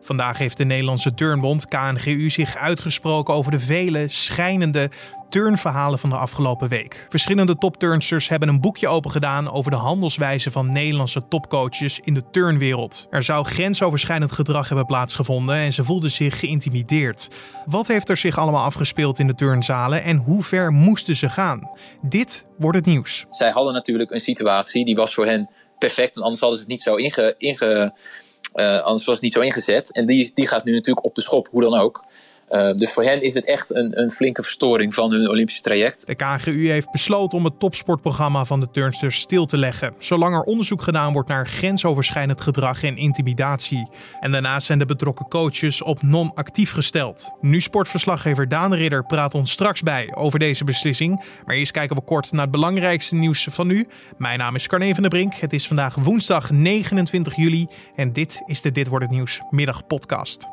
Vandaag heeft de Nederlandse Turnbond KNGU zich uitgesproken over de vele schrijnende turnverhalen van de afgelopen week. Verschillende topturnsters hebben een boekje opengedaan over de handelswijze van Nederlandse topcoaches in de turnwereld. Er zou grensoverschrijdend gedrag hebben plaatsgevonden en ze voelden zich geïntimideerd. Wat heeft er zich allemaal afgespeeld in de turnzalen en hoe ver moesten ze gaan? Dit wordt het nieuws. Zij hadden natuurlijk een situatie die was voor hen perfect, want anders hadden ze het niet zo anders was het niet zo ingezet. En die gaat nu natuurlijk op de schop, hoe dan ook. Dus voor hen is het echt een flinke verstoring van hun Olympische traject. De KNGU heeft besloten om het topsportprogramma van de turnsters stil te leggen, zolang er onderzoek gedaan wordt naar grensoverschrijdend gedrag en intimidatie. En daarnaast zijn de betrokken coaches op non-actief gesteld. Nu sportverslaggever Daan Ridder praat ons straks bij over deze beslissing. Maar eerst kijken we kort naar het belangrijkste nieuws van nu. Mijn naam is Carne van der Brink. Het is vandaag woensdag 29 juli en dit is de Dit Wordt Het Nieuws middagpodcast.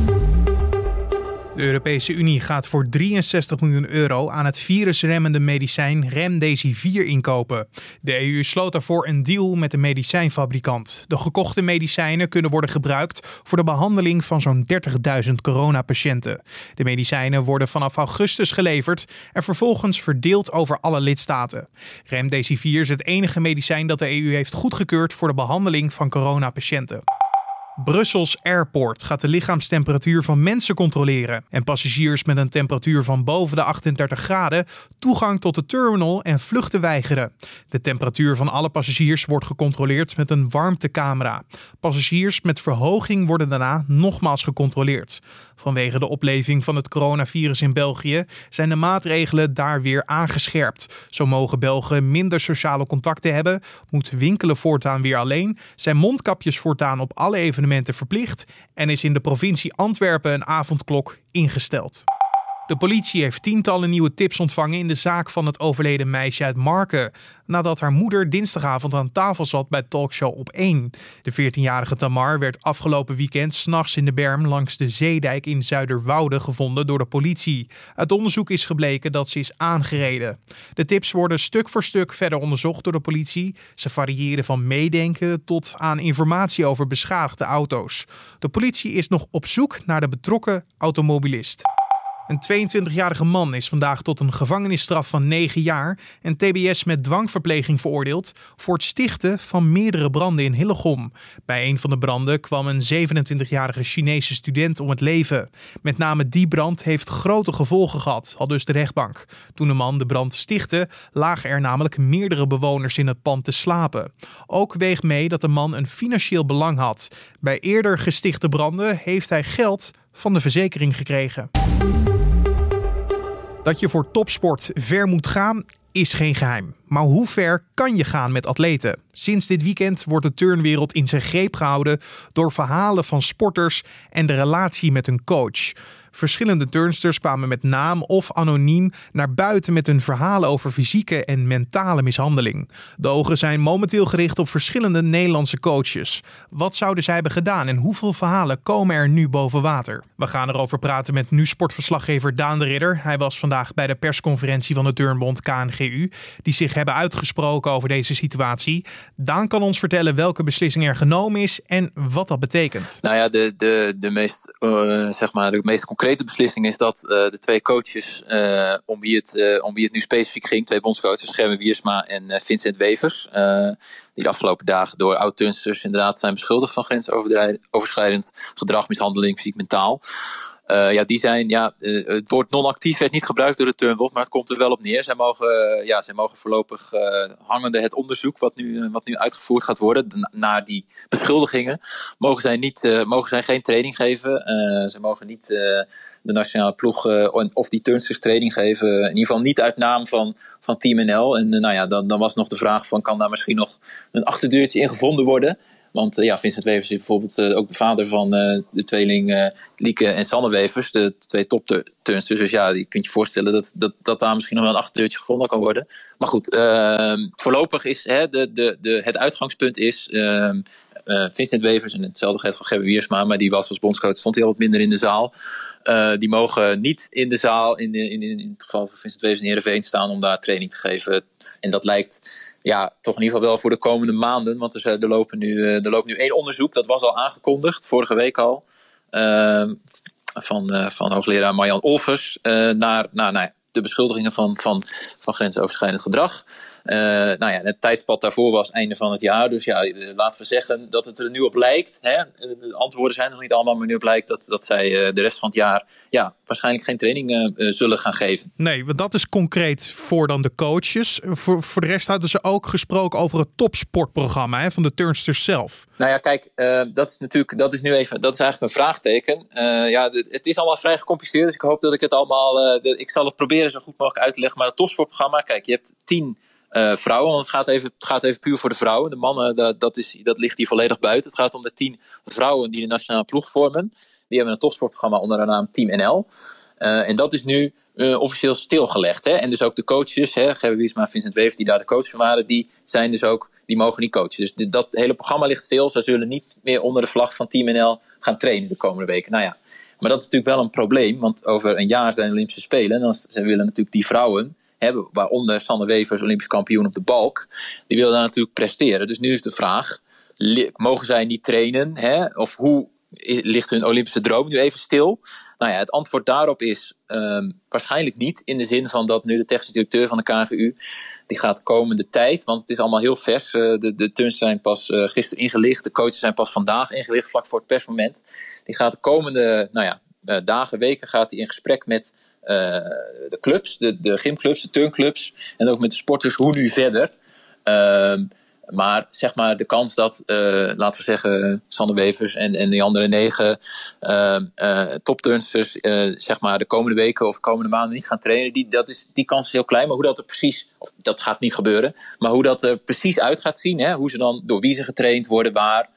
De Europese Unie gaat voor €63 miljoen aan het virusremmende medicijn Remdesivir inkopen. De EU sloot daarvoor een deal met de medicijnfabrikant. De gekochte medicijnen kunnen worden gebruikt voor de behandeling van zo'n 30.000 coronapatiënten. De medicijnen worden vanaf augustus geleverd en vervolgens verdeeld over alle lidstaten. Remdesivir is het enige medicijn dat de EU heeft goedgekeurd voor de behandeling van coronapatiënten. Brussels Airport gaat de lichaamstemperatuur van mensen controleren en passagiers met een temperatuur van boven de 38 graden toegang tot de terminal en vluchten weigeren. De temperatuur van alle passagiers wordt gecontroleerd met een warmtecamera. Passagiers met verhoging worden daarna nogmaals gecontroleerd. Vanwege de opleving van het coronavirus in België zijn de maatregelen daar weer aangescherpt. Zo mogen Belgen minder sociale contacten hebben, moet winkelen voortaan weer alleen, zijn mondkapjes voortaan op alle evenementen verplicht en is in de provincie Antwerpen een avondklok ingesteld. De politie heeft tientallen nieuwe tips ontvangen in de zaak van het overleden meisje uit Marken, nadat haar moeder dinsdagavond aan tafel zat bij talkshow Op 1. De 14-jarige Tamar werd afgelopen weekend 's nachts in de berm langs de Zeedijk in Zuiderwoude gevonden door de politie. Uit onderzoek is gebleken dat ze is aangereden. De tips worden stuk voor stuk verder onderzocht door de politie. Ze variëren van meedenken tot aan informatie over beschadigde auto's. De politie is nog op zoek naar de betrokken automobilist. Een 22-jarige man is vandaag tot een gevangenisstraf van 9 jaar en tbs met dwangverpleging veroordeeld voor het stichten van meerdere branden in Hillegom. Bij een van de branden kwam een 27-jarige Chinese student om het leven. Met name die brand heeft grote gevolgen gehad, aldus de rechtbank. Toen de man de brand stichtte, lagen er namelijk meerdere bewoners in het pand te slapen. Ook weegt mee dat de man een financieel belang had. Bij eerder gestichte branden heeft hij geld van de verzekering gekregen. Dat je voor topsport ver moet gaan, is geen geheim. Maar hoe ver kan je gaan met atleten? Sinds dit weekend wordt de turnwereld in zijn greep gehouden door verhalen van sporters en de relatie met hun coach. Verschillende turnsters kwamen met naam of anoniem naar buiten met hun verhalen over fysieke en mentale mishandeling. De ogen zijn momenteel gericht op verschillende Nederlandse coaches. Wat zouden zij hebben gedaan en hoeveel verhalen komen er nu boven water? We gaan erover praten met nu sportverslaggever Daan de Ridder. Hij was vandaag bij de persconferentie van de Turnbond KNGU, die zich hebben uitgesproken over deze situatie. Daan kan ons vertellen welke beslissing er genomen is en wat dat betekent. Nou ja, de meest concrete beslissing is dat de twee coaches om wie het nu specifiek ging, twee bondscoaches, Gerben Wiersma en Vincent Wevers, die de afgelopen dagen door oud-turnsters inderdaad zijn beschuldigd van grensoverschrijdend gedrag, mishandeling, fysiek, mentaal. Die zijn, het woord non-actief werd niet gebruikt door de Turnbond, maar het komt er wel op neer. Zij mogen voorlopig hangende het onderzoek wat nu uitgevoerd gaat worden naar die beschuldigingen, mogen zij geen training geven. Ze mogen niet de nationale ploeg of die turnsters training geven. In ieder geval niet uit naam van Team NL. En dan was nog de vraag van, kan daar misschien nog een achterdeurtje in gevonden worden? Want Vincent Wevers is bijvoorbeeld ook de vader van de tweeling Lieke en Sanne Wevers, de twee topturnsters. Dus ja, je kunt je voorstellen dat daar misschien nog wel een achterdeurtje gevonden kan worden. Maar goed, voorlopig is het uitgangspunt is Vincent Wevers, en hetzelfde geldt voor Gerben Wiersma, maar die was als bondscoach, stond hij al wat minder in de zaal. Die mogen niet in de zaal, in het geval van Vincent Wevers in Heerenveen, staan om daar training te geven. En dat lijkt toch in ieder geval wel voor de komende maanden. Want er loopt nu 1 onderzoek. Dat was al aangekondigd, vorige week al. van hoogleraar Marjan Olvers naar de beschuldigingen van grensoverschrijdend gedrag. Het tijdspad daarvoor was einde van het jaar. Dus laten we zeggen dat het er nu op lijkt. Hè? De antwoorden zijn nog niet allemaal, maar nu op lijkt dat zij de rest van het jaar waarschijnlijk geen training zullen gaan geven. Nee, want dat is concreet voor dan de coaches. Voor de rest hadden ze ook gesproken over het topsportprogramma van de turnsters zelf. Nou ja, kijk, dat is eigenlijk een vraagteken. Het is allemaal vrij gecompliceerd, dus ik hoop dat ik het allemaal... ik zal het proberen zo goed mogelijk uit te leggen. Maar het topsportprogramma, kijk, je hebt 10 vrouwen, want het gaat even puur voor de vrouwen. De mannen, dat ligt hier volledig buiten. Het gaat om de 10 vrouwen die de nationale ploeg vormen. Die hebben een topsportprogramma onder de naam Team NL. En dat is nu officieel stilgelegd. Hè? En dus ook de coaches, Gerben Wiersma en Vincent Wevers, die daar de coach van waren, die mogen niet coachen. Dus dat hele programma ligt stil. Ze zullen niet meer onder de vlag van Team NL gaan trainen de komende weken. Nou ja, maar dat is natuurlijk wel een probleem, want over een jaar zijn de Olympische Spelen. En dan willen natuurlijk die vrouwen hebben, waaronder Sanne Wevers, Olympisch kampioen op de balk, die willen daar natuurlijk presteren. Dus nu is de vraag, mogen zij niet trainen? Of hoe ligt hun Olympische droom nu even stil? Nou ja, het antwoord daarop is waarschijnlijk niet. In de zin van dat nu de technisch directeur van de KNGU, die gaat de komende tijd, want het is allemaal heel vers. De turns zijn pas gisteren ingelicht. De coaches zijn pas vandaag ingelicht, vlak voor het persmoment. Die gaat de komende dagen, weken gaat hij in gesprek met de clubs, de gymclubs, de turnclubs en ook met de sporters, hoe nu verder. Maar zeg maar de kans dat, laten we zeggen, Sanne Wevers en die andere 9 topturnsters zeg maar de komende weken of de komende maanden niet gaan trainen, die kans is heel klein. Maar hoe dat er precies, of dat gaat niet gebeuren, maar hoe dat er precies uit gaat zien, hoe ze dan, door wie ze getraind worden, waar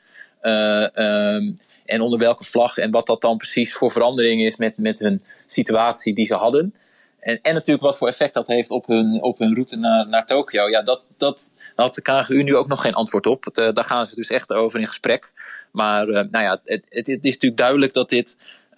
en onder welke vlag en wat dat dan precies voor verandering is met hun situatie die ze hadden. En natuurlijk wat voor effect dat heeft op hun route naar Tokio. Ja, dat had de KNGU nu ook nog geen antwoord op. Daar gaan ze dus echt over in gesprek. Maar het is natuurlijk duidelijk dat dit...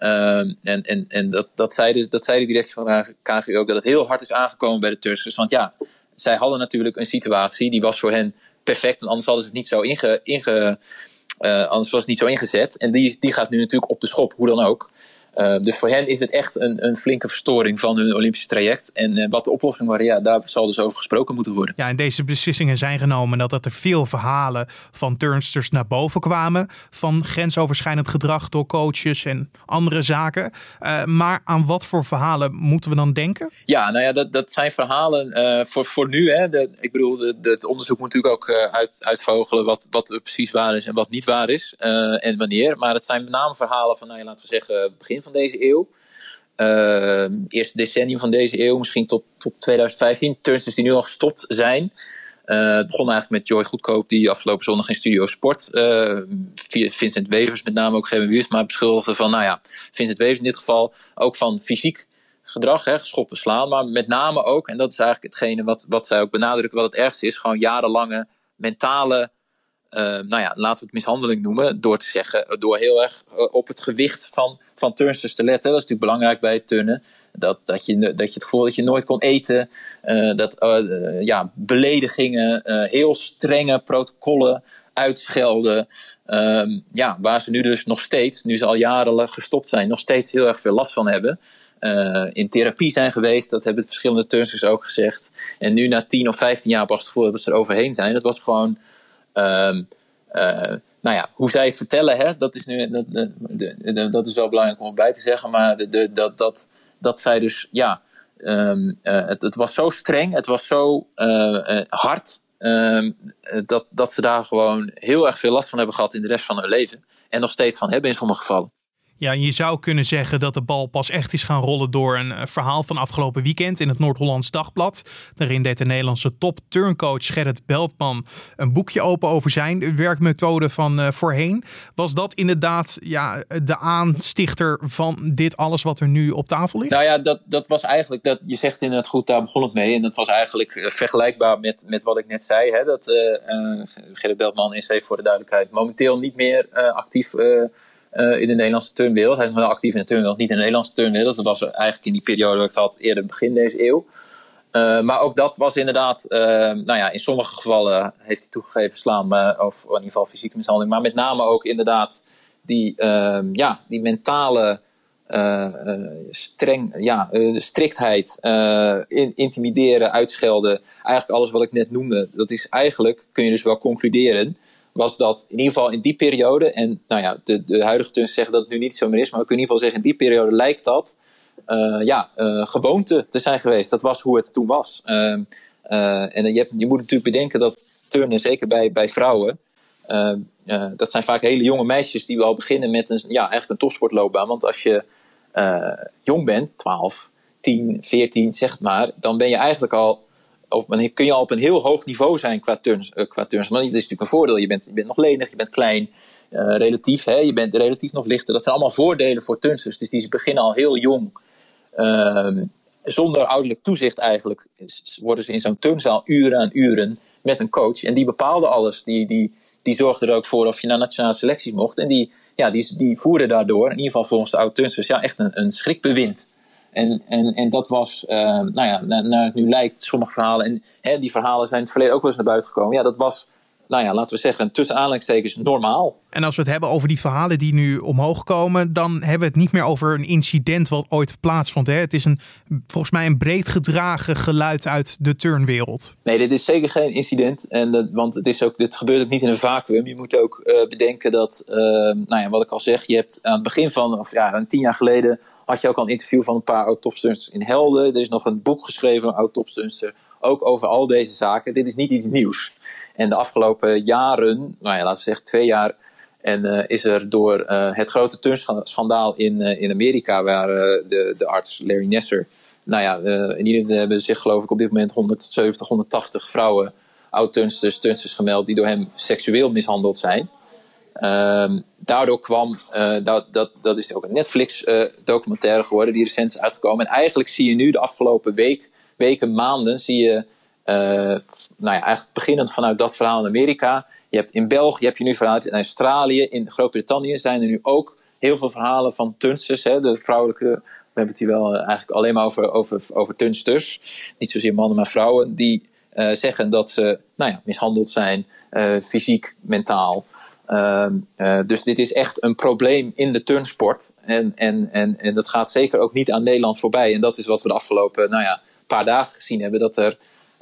dat zei de directie van de KNGU ook, dat het heel hard is aangekomen bij de turnsters. Want ja, zij hadden natuurlijk een situatie die was voor hen perfect. En anders hadden ze het niet zo anders was het niet zo ingezet. En die gaat nu natuurlijk op de schop, hoe dan ook. Dus voor hen is het echt een flinke verstoring van hun Olympische traject. En wat de oplossing waren, daar zal dus over gesproken moeten worden. Ja, en deze beslissingen zijn genomen nadat er veel verhalen van turnsters naar boven kwamen. Van grensoverschrijdend gedrag door coaches en andere zaken. Maar aan wat voor verhalen moeten we dan denken? Ja, nou ja, dat zijn verhalen voor nu. Ik bedoel, het onderzoek moet natuurlijk ook uitvogelen wat precies waar is en wat niet waar is. En wanneer. Maar het zijn met name verhalen van, laten we zeggen, begin van deze eeuw. Eerste decennium van deze eeuw, misschien tot 2015. Turnsters die nu al gestopt zijn. Het begon eigenlijk met Joy Goedkoop, die afgelopen zondag in Studio Sport Vincent Wevers, met name ook Gerben Wiersma, beschuldigde van, Vincent Wevers in dit geval ook van fysiek gedrag, schoppen, slaan, maar met name ook, en dat is eigenlijk hetgene wat zij ook benadrukken, wat het ergste is, gewoon jarenlange mentale, laten we het mishandeling noemen, door heel erg op het gewicht van turnsters te letten. Dat is natuurlijk belangrijk bij het turnen. Dat je het gevoel dat je nooit kon eten, beledigingen, heel strenge protocollen, uitschelden, waar ze nu dus nog steeds, nu ze al jaren gestopt zijn, nog steeds heel erg veel last van hebben. In therapie zijn geweest, dat hebben verschillende turnsters ook gezegd. En nu na 10 of 15 jaar pas het gevoel dat ze er overheen zijn. Dat was gewoon, hoe zij het vertellen, dat is nu, dat is wel belangrijk om erbij te zeggen, maar dat zij dus, het was zo streng, het was zo hard, dat ze daar gewoon heel erg veel last van hebben gehad in de rest van hun leven. En nog steeds van hebben in sommige gevallen. Ja, en je zou kunnen zeggen dat de bal pas echt is gaan rollen door een verhaal van afgelopen weekend in het Noord-Hollands Dagblad. Daarin deed de Nederlandse top-turncoach Gerrit Beltman een boekje open over zijn werkmethode van voorheen. Was dat inderdaad de aanstichter van dit alles wat er nu op tafel ligt? Nou ja, dat was eigenlijk, je zegt inderdaad goed, daar begon het mee. En dat was eigenlijk vergelijkbaar met wat ik net zei. Dat Gerrit Beltman is, even voor de duidelijkheid, momenteel niet meer actief in de Nederlandse turnwereld. Hij is nog wel actief in de turnwereld, niet in de Nederlandse turnwereld. Dat was eigenlijk in die periode dat ik het had, eerder begin deze eeuw. Maar ook dat was inderdaad, in sommige gevallen heeft hij toegegeven slaan, of in ieder geval fysieke mishandeling. Maar met name ook inderdaad die mentale striktheid, intimideren, uitschelden, eigenlijk alles wat ik net noemde, dat is eigenlijk, kun je dus wel concluderen, was dat in ieder geval in die periode, en de huidige turns zeggen dat het nu niet zo meer is, maar we kunnen in ieder geval zeggen, in die periode lijkt dat gewoonte te zijn geweest. Dat was hoe het toen was. En je moet natuurlijk bedenken dat turnen, zeker bij vrouwen, dat zijn vaak hele jonge meisjes die wel beginnen met eigenlijk een topsportloopbaan. Want als je jong bent, 12, 10, 14, zeg het maar, dan ben je eigenlijk al kun je al op een heel hoog niveau zijn qua turns. Maar dat is natuurlijk een voordeel. Je bent nog lenig, je bent klein, relatief. Je bent relatief nog lichter. Dat zijn allemaal voordelen voor turnsters. Dus die beginnen al heel jong. Zonder ouderlijk toezicht eigenlijk worden ze in zo'n turnzaal uren aan uren met een coach. En die bepaalde alles. Die zorgde er ook voor of je naar nationale selecties mocht. En die voerden daardoor, in ieder geval volgens de oude turnsters, echt een schrikbewind. En dat was, naar het nu lijkt, sommige verhalen. En die verhalen zijn in het verleden ook wel eens naar buiten gekomen. Ja, dat was, laten we zeggen, tussen aanhalingstekens normaal. En als we het hebben over die verhalen die nu omhoog komen, dan hebben we het niet meer over een incident wat ooit plaatsvond. Hè? Het is volgens mij een breed gedragen geluid uit de turnwereld. Nee, dit is zeker geen incident. Want dit gebeurt ook niet in een vacuüm. Je moet ook bedenken dat, wat ik al zeg, je hebt aan het begin van, 10 jaar geleden, had je ook al een interview van een paar oud-topstunsters in Helden. Er is nog een boek geschreven van een oud-topstunster, ook over al deze zaken. Dit is niet iets nieuws. En de afgelopen jaren, laten we zeggen 2 jaar, is er door het grote turnschandaal in Amerika, waar de arts Larry Nassar, in ieder hebben zich geloof ik op dit moment 170, 180 vrouwen, oud-turnsters gemeld die door hem seksueel mishandeld zijn. Daardoor kwam, dat is ook een Netflix documentaire geworden die recent is uitgekomen. En eigenlijk zie je nu de afgelopen weken, maanden, zie je eigenlijk beginnend vanuit dat verhaal in Amerika. Je hebt in België, heb je nu verhalen in Australië, in Groot-Brittannië zijn er nu ook heel veel verhalen van turnsters. De vrouwelijke, we hebben het hier wel eigenlijk alleen maar over turnsters. Niet zozeer mannen, maar vrouwen. Die zeggen dat ze mishandeld zijn, fysiek, mentaal. Dus dit is echt een probleem in de turnsport. En dat gaat zeker ook niet aan Nederland voorbij. En dat is wat we de afgelopen paar dagen gezien hebben. Dat er,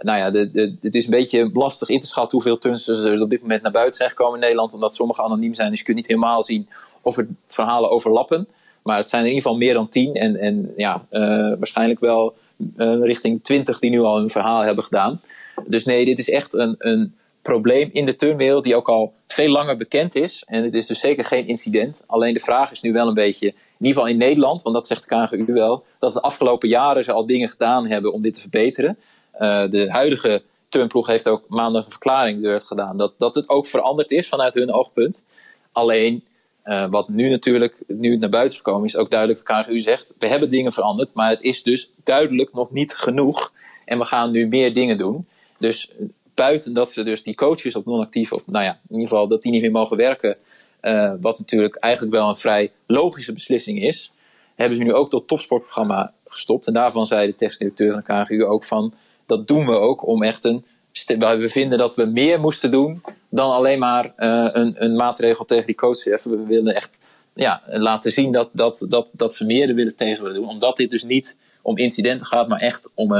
het is een beetje lastig in te schatten hoeveel turnsters er op dit moment naar buiten zijn gekomen in Nederland. Omdat sommige anoniem zijn. Dus je kunt niet helemaal zien of er verhalen overlappen. Maar het zijn in ieder geval meer dan 10. En waarschijnlijk wel richting de 20 die nu al hun verhaal hebben gedaan. Dus nee, dit is echt een probleem in de turnwereld die ook al veel langer bekend is. En het is dus zeker geen incident. Alleen de vraag is nu wel een beetje, in ieder geval in Nederland, want dat zegt de KNGU wel, dat de afgelopen jaren ze al dingen gedaan hebben om dit te verbeteren. De huidige turnploeg heeft ook maandag een verklaring gedaan dat het ook veranderd is vanuit hun oogpunt. Alleen wat nu natuurlijk, nu het naar buiten is gekomen, is ook duidelijk de KNGU zegt, we hebben dingen veranderd, maar het is dus duidelijk nog niet genoeg. En we gaan nu meer dingen doen. Dus buiten dat ze dus die coaches op non-actief, of in ieder geval dat die niet meer mogen werken, wat natuurlijk eigenlijk wel een vrij logische beslissing is, hebben ze nu ook dat topsportprogramma gestopt. En daarvan zei de technisch-directeur van de KNGU ook van, dat doen we ook om echt we vinden dat we meer moesten doen dan alleen maar een maatregel tegen die coaches heffen. We willen echt laten zien dat ze meer er willen tegen willen doen. Omdat dit dus niet om incidenten gaat, maar echt om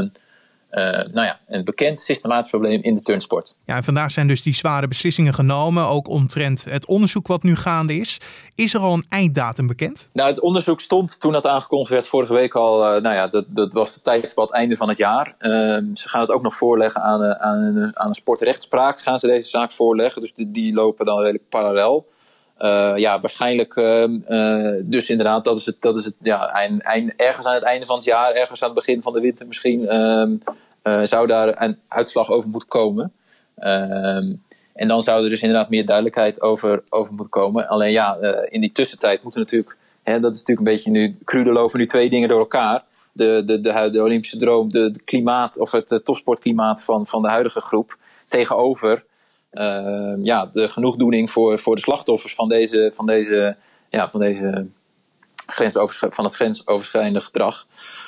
een bekend systematisch probleem in de turnsport. Ja, en vandaag zijn dus die zware beslissingen genomen, ook omtrent het onderzoek wat nu gaande is. Is er al een einddatum bekend? Het onderzoek stond toen dat aangekondigd werd vorige week al. Dat was de tijd op het einde van het jaar. Ze gaan het ook nog voorleggen aan een sportrechtspraak. Gaan ze deze zaak voorleggen, dus die lopen dan redelijk parallel. Waarschijnlijk. Dus inderdaad, dat is het ergens aan het einde van het jaar, ergens aan het begin van de winter misschien, zou daar een uitslag over moeten komen. En dan zou er dus inderdaad meer duidelijkheid over moeten komen. Alleen in die tussentijd moeten natuurlijk, dat is natuurlijk een beetje nu, cru lopen nu 2 dingen door elkaar. De Olympische droom, de klimaat of het topsportklimaat van de huidige groep tegenover de genoegdoening voor de slachtoffers van het grensoverschrijdende gedrag.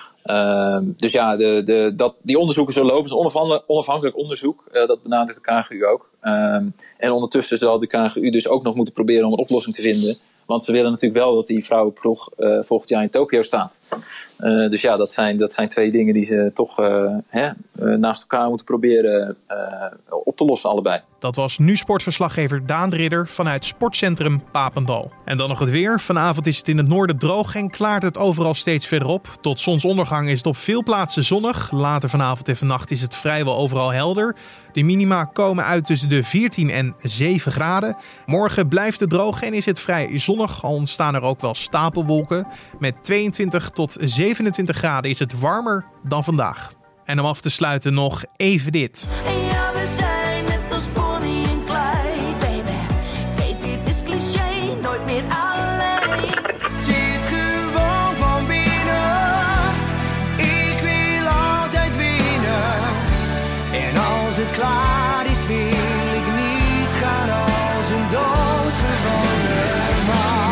Die onderzoeken zullen lopen. Het is een onafhankelijk onderzoek. Dat benadrukt de KNGU ook. En ondertussen zal de KNGU dus ook nog moeten proberen om een oplossing te vinden Want ze willen natuurlijk wel dat die vrouwenploeg volgend jaar in Tokio staat. Dus ja, dat zijn 2 dingen die ze toch naast elkaar moeten proberen op te lossen, allebei. Dat was Nu-sportverslaggever Daan de Ridder vanuit Sportcentrum Papendal. En dan nog het weer. Vanavond is het in het noorden droog en klaart het overal steeds verder op. Tot zonsondergang is het op veel plaatsen zonnig. Later vanavond en vannacht is het vrijwel overal helder. De minima komen uit tussen de 14 en 7 graden. Morgen blijft het droog en is het vrij zonnig. Al ontstaan er ook wel stapelwolken. Met 22 tot 27 graden is het warmer dan vandaag. En om af te sluiten nog even dit. Ja, we zijn net als Bonnie en Clyde, baby. Ik weet, dit is cliché, nooit meer alleen. Zit gewoon van binnen. Ik wil altijd winnen. En als het klaar is, wil ik niet gaan als een doodgewone man.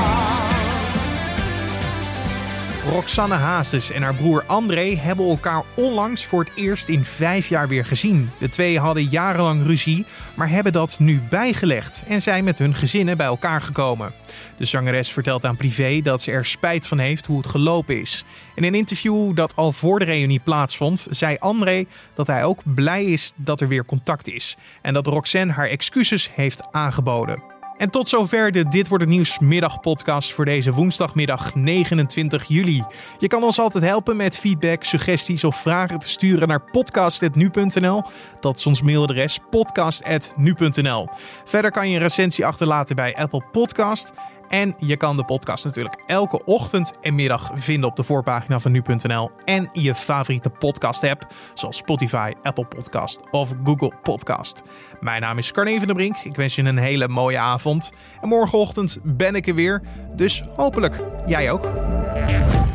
Roxanne Hazes en haar broer André hebben elkaar onlangs voor het eerst in 5 jaar weer gezien. De twee hadden jarenlang ruzie, maar hebben dat nu bijgelegd en zijn met hun gezinnen bij elkaar gekomen. De zangeres vertelt aan Privé dat ze er spijt van heeft hoe het gelopen is. In een interview dat al voor de reunie plaatsvond, zei André dat hij ook blij is dat er weer contact is. En dat Roxanne haar excuses heeft aangeboden. En tot zover de Dit Wordt Het Nieuws middagpodcast voor deze woensdagmiddag 29 juli. Je kan ons altijd helpen met feedback, suggesties of vragen te sturen naar podcast@nu.nl. Dat is ons mailadres podcast@nu.nl. Verder kan je een recensie achterlaten bij Apple Podcast. En je kan de podcast natuurlijk elke ochtend en middag vinden op de voorpagina van nu.nl en in je favoriete podcast app zoals Spotify, Apple Podcast of Google Podcast. Mijn naam is Carne van der Brink. Ik wens je een hele mooie avond. En morgenochtend ben ik er weer. Dus hopelijk jij ook.